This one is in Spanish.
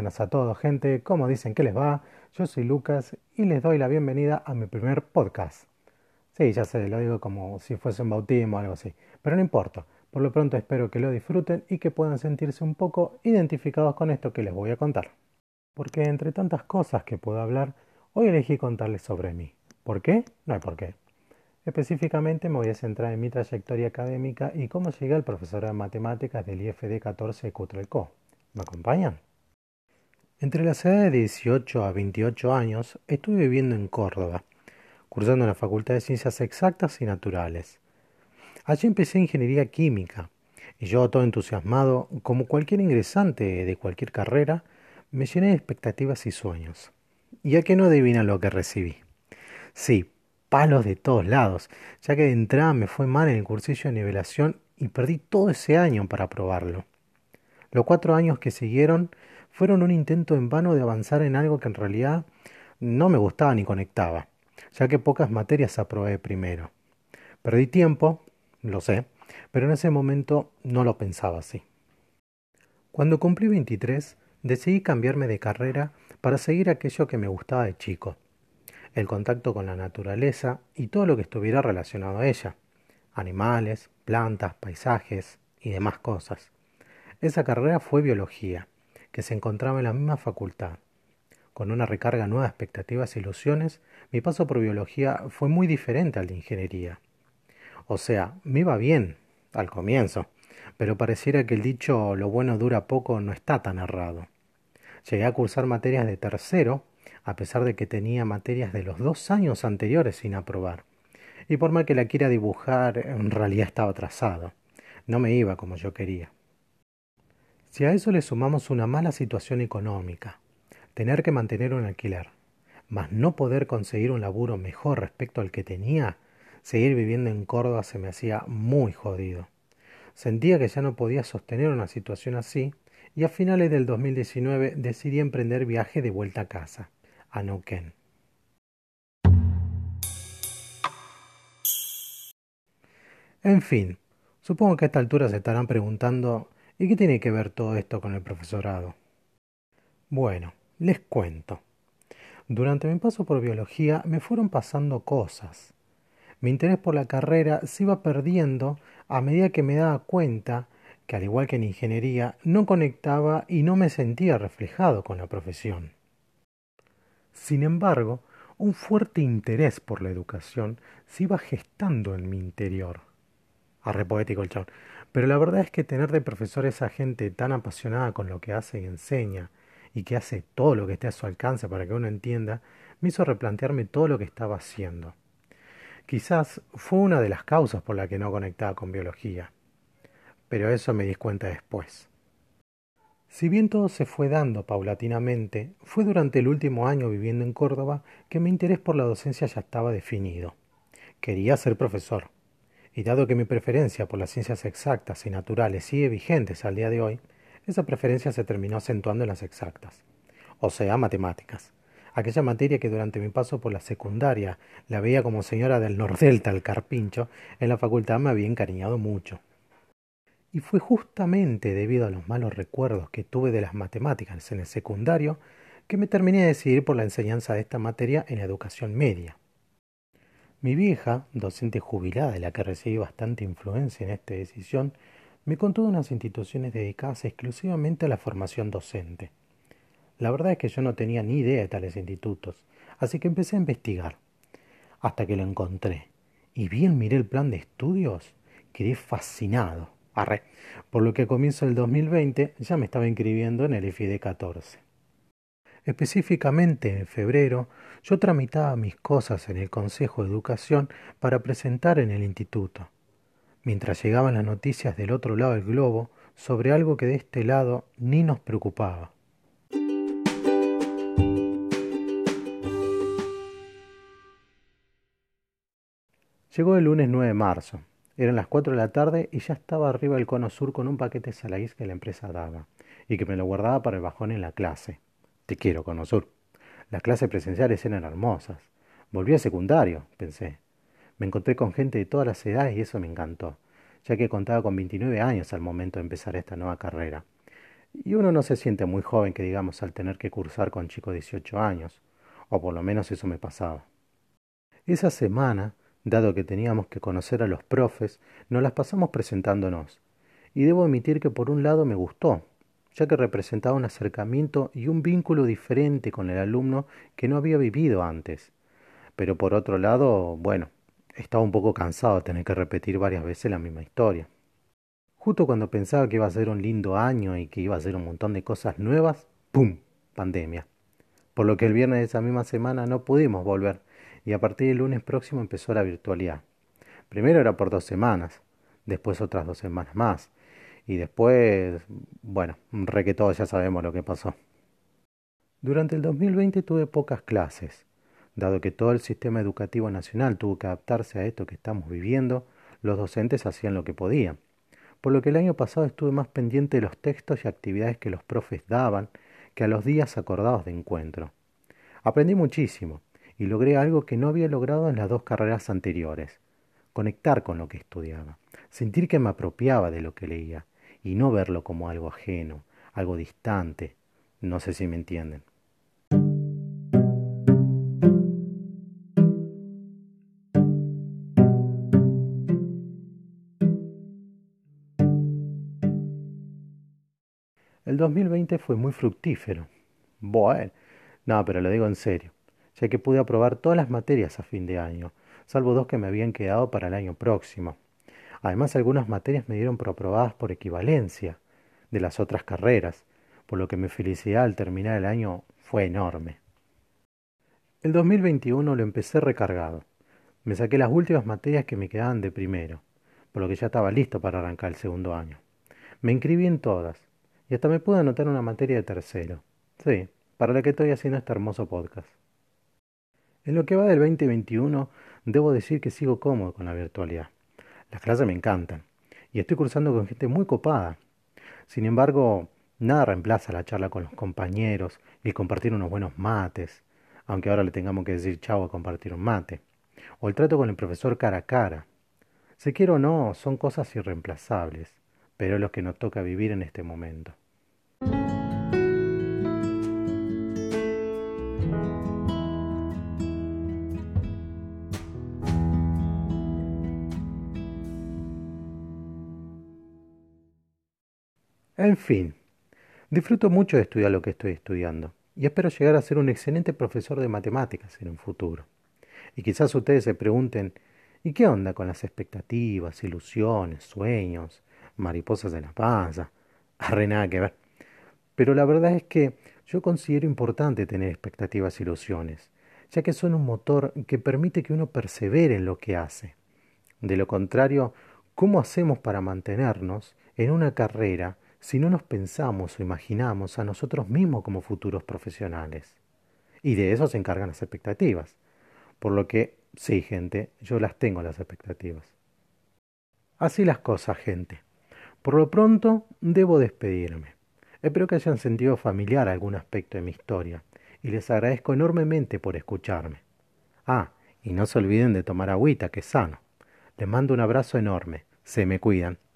buenas a todos, gente. ¿Cómo dicen que les va? Yo soy Lucas y les doy la bienvenida a mi primer podcast. Sí, ya sé, lo digo como si fuese un bautismo o algo así, pero no importa. Por lo pronto espero que lo disfruten y que puedan sentirse un poco identificados con esto que les voy a contar. Porque entre tantas cosas que puedo hablar, hoy elegí contarles sobre mí. ¿Por qué? No hay por qué. Específicamente me voy a centrar en mi trayectoria académica y cómo llegué al profesor de matemáticas del IFD 14 de Cutralcó. ¿Me acompañan? Entre las edades de 18 a 28 años estuve viviendo en Córdoba, cursando en la Facultad de Ciencias Exactas y Naturales. Allí empecé ingeniería química y yo, todo entusiasmado, como cualquier ingresante de cualquier carrera, me llené de expectativas y sueños. ¿Y a qué no adivinan lo que recibí? Sí, palos de todos lados, ya que de entrada me fue mal en el cursillo de nivelación y perdí todo ese año para aprobarlo. Los 4 años que siguieron fueron un intento en vano de avanzar en algo que en realidad no me gustaba ni conectaba, ya que pocas materias aprobé primero. Perdí tiempo, lo sé, pero en ese momento no lo pensaba así. Cuando cumplí 23, decidí cambiarme de carrera para seguir aquello que me gustaba de chico, el contacto con la naturaleza y todo lo que estuviera relacionado a ella, animales, plantas, paisajes y demás cosas. Esa carrera fue biología, que se encontraba en la misma facultad. Con una recarga nueva de expectativas e ilusiones, mi paso por biología fue muy diferente al de ingeniería. O sea, me iba bien al comienzo, pero pareciera que el dicho lo bueno dura poco no está tan errado. Llegué a cursar materias de tercero, a pesar de que tenía materias de los 2 años anteriores sin aprobar. Y por más que la quiera dibujar, en realidad estaba atrasado. No me iba como yo quería. Si a eso le sumamos una mala situación económica, tener que mantener un alquiler, mas no poder conseguir un laburo mejor respecto al que tenía, seguir viviendo en Córdoba se me hacía muy jodido. Sentía que ya no podía sostener una situación así y a finales del 2019 decidí emprender viaje de vuelta a casa, a Neuquén. En fin, supongo que a esta altura se estarán preguntando ¿y qué tiene que ver todo esto con el profesorado? Bueno, les cuento. Durante mi paso por biología me fueron pasando cosas. Mi interés por la carrera se iba perdiendo a medida que me daba cuenta que, al igual que en ingeniería, no conectaba y no me sentía reflejado con la profesión. Sin embargo, un fuerte interés por la educación se iba gestando en mi interior. Arre poético el chabón. Pero la verdad es que tener de profesor a esa gente tan apasionada con lo que hace y enseña, y que hace todo lo que esté a su alcance para que uno entienda, me hizo replantearme todo lo que estaba haciendo. Quizás fue una de las causas por la que no conectaba con biología, pero eso me di cuenta después. Si bien todo se fue dando paulatinamente, fue durante el último año viviendo en Córdoba que mi interés por la docencia ya estaba definido. Quería ser profesor, y dado que mi preferencia por las ciencias exactas y naturales sigue vigente al día de hoy, esa preferencia se terminó acentuando en las exactas, o sea, matemáticas. Aquella materia que durante mi paso por la secundaria la veía como señora del Nordelta al Carpincho, en la facultad me había encariñado mucho. Y fue justamente debido a los malos recuerdos que tuve de las matemáticas en el secundario que me terminé de decidir por la enseñanza de esta materia en la educación media. Mi vieja, docente jubilada de la que recibí bastante influencia en esta decisión, me contó de unas instituciones dedicadas exclusivamente a la formación docente. La verdad es que yo no tenía ni idea de tales institutos, así que empecé a investigar, hasta que lo encontré. Y bien miré el plan de estudios, quedé fascinado. Arre, por lo que a comienzo del 2020 ya me estaba inscribiendo en el FID 14. Específicamente en febrero, yo tramitaba mis cosas en el Consejo de Educación para presentar en el instituto, mientras llegaban las noticias del otro lado del globo sobre algo que de este lado ni nos preocupaba. Llegó el lunes 9 de marzo. Eran las 4 de la tarde y ya estaba arriba del cono sur con un paquete de Salaís que la empresa daba y que me lo guardaba para el bajón en la clase. Te quiero, cono sur. Las clases presenciales eran hermosas. Volví al secundario, pensé. Me encontré con gente de todas las edades y eso me encantó, ya que contaba con 29 años al momento de empezar esta nueva carrera. Y uno no se siente muy joven que digamos al tener que cursar con chicos de 18 años, o por lo menos eso me pasaba. Esa semana, dado que teníamos que conocer a los profes, nos las pasamos presentándonos. Y debo admitir que por un lado me gustó, ya que representaba un acercamiento y un vínculo diferente con el alumno que no había vivido antes. Pero por otro lado, bueno, estaba un poco cansado de tener que repetir varias veces la misma historia. Justo cuando pensaba que iba a ser un lindo año y que iba a ser un montón de cosas nuevas, ¡pum! Pandemia. Por lo que el viernes de esa misma semana no pudimos volver y a partir del lunes próximo empezó la virtualidad. Primero era por 2 semanas, después otras 2 semanas más y después, bueno, re que todos ya sabemos lo que pasó. Durante el 2020 tuve pocas clases, dado que todo el sistema educativo nacional tuvo que adaptarse a esto que estamos viviendo, los docentes hacían lo que podían. Por lo que el año pasado estuve más pendiente de los textos y actividades que los profes daban que a los días acordados de encuentro. Aprendí muchísimo y logré algo que no había logrado en las 2 carreras anteriores: conectar con lo que estudiaba, sentir que me apropiaba de lo que leía y no verlo como algo ajeno, algo distante. No sé si me entienden. El 2020 fue muy fructífero. Bueno, no, pero lo digo en serio, ya que pude aprobar todas las materias a fin de año, salvo 2 que me habían quedado para el año próximo. Además, algunas materias me dieron por aprobadas por equivalencia de las otras carreras, por lo que mi felicidad al terminar el año fue enorme. El 2021 lo empecé recargado. Me saqué las últimas materias que me quedaban de primero, por lo que ya estaba listo para arrancar el segundo año. Me inscribí en todas, y hasta me pude anotar una materia de tercero. Sí, para la que estoy haciendo este hermoso podcast. En lo que va del 2021, debo decir que sigo cómodo con la virtualidad. Las clases me encantan, y estoy cursando con gente muy copada. Sin embargo, nada reemplaza la charla con los compañeros y el compartir unos buenos mates, aunque ahora le tengamos que decir chau a compartir un mate, o el trato con el profesor cara a cara. Se quiera o no, son cosas irreemplazables, pero es lo que nos toca vivir en este momento. En fin, disfruto mucho de estudiar lo que estoy estudiando y espero llegar a ser un excelente profesor de matemáticas en un futuro. Y quizás ustedes se pregunten, ¿y qué onda con las expectativas, ilusiones, sueños, mariposas en la panza? Arre nada que ver. Pero la verdad es que yo considero importante tener expectativas e ilusiones, ya que son un motor que permite que uno persevere en lo que hace. De lo contrario, ¿cómo hacemos para mantenernos en una carrera si no nos pensamos o imaginamos a nosotros mismos como futuros profesionales? Y de eso se encargan las expectativas. Por lo que, sí, gente, yo las tengo las expectativas. Así las cosas, gente. Por lo pronto, debo despedirme. Espero que hayan sentido familiar algún aspecto de mi historia y les agradezco enormemente por escucharme. Ah, y no se olviden de tomar agüita, que es sano. Les mando un abrazo enorme. Se me cuidan.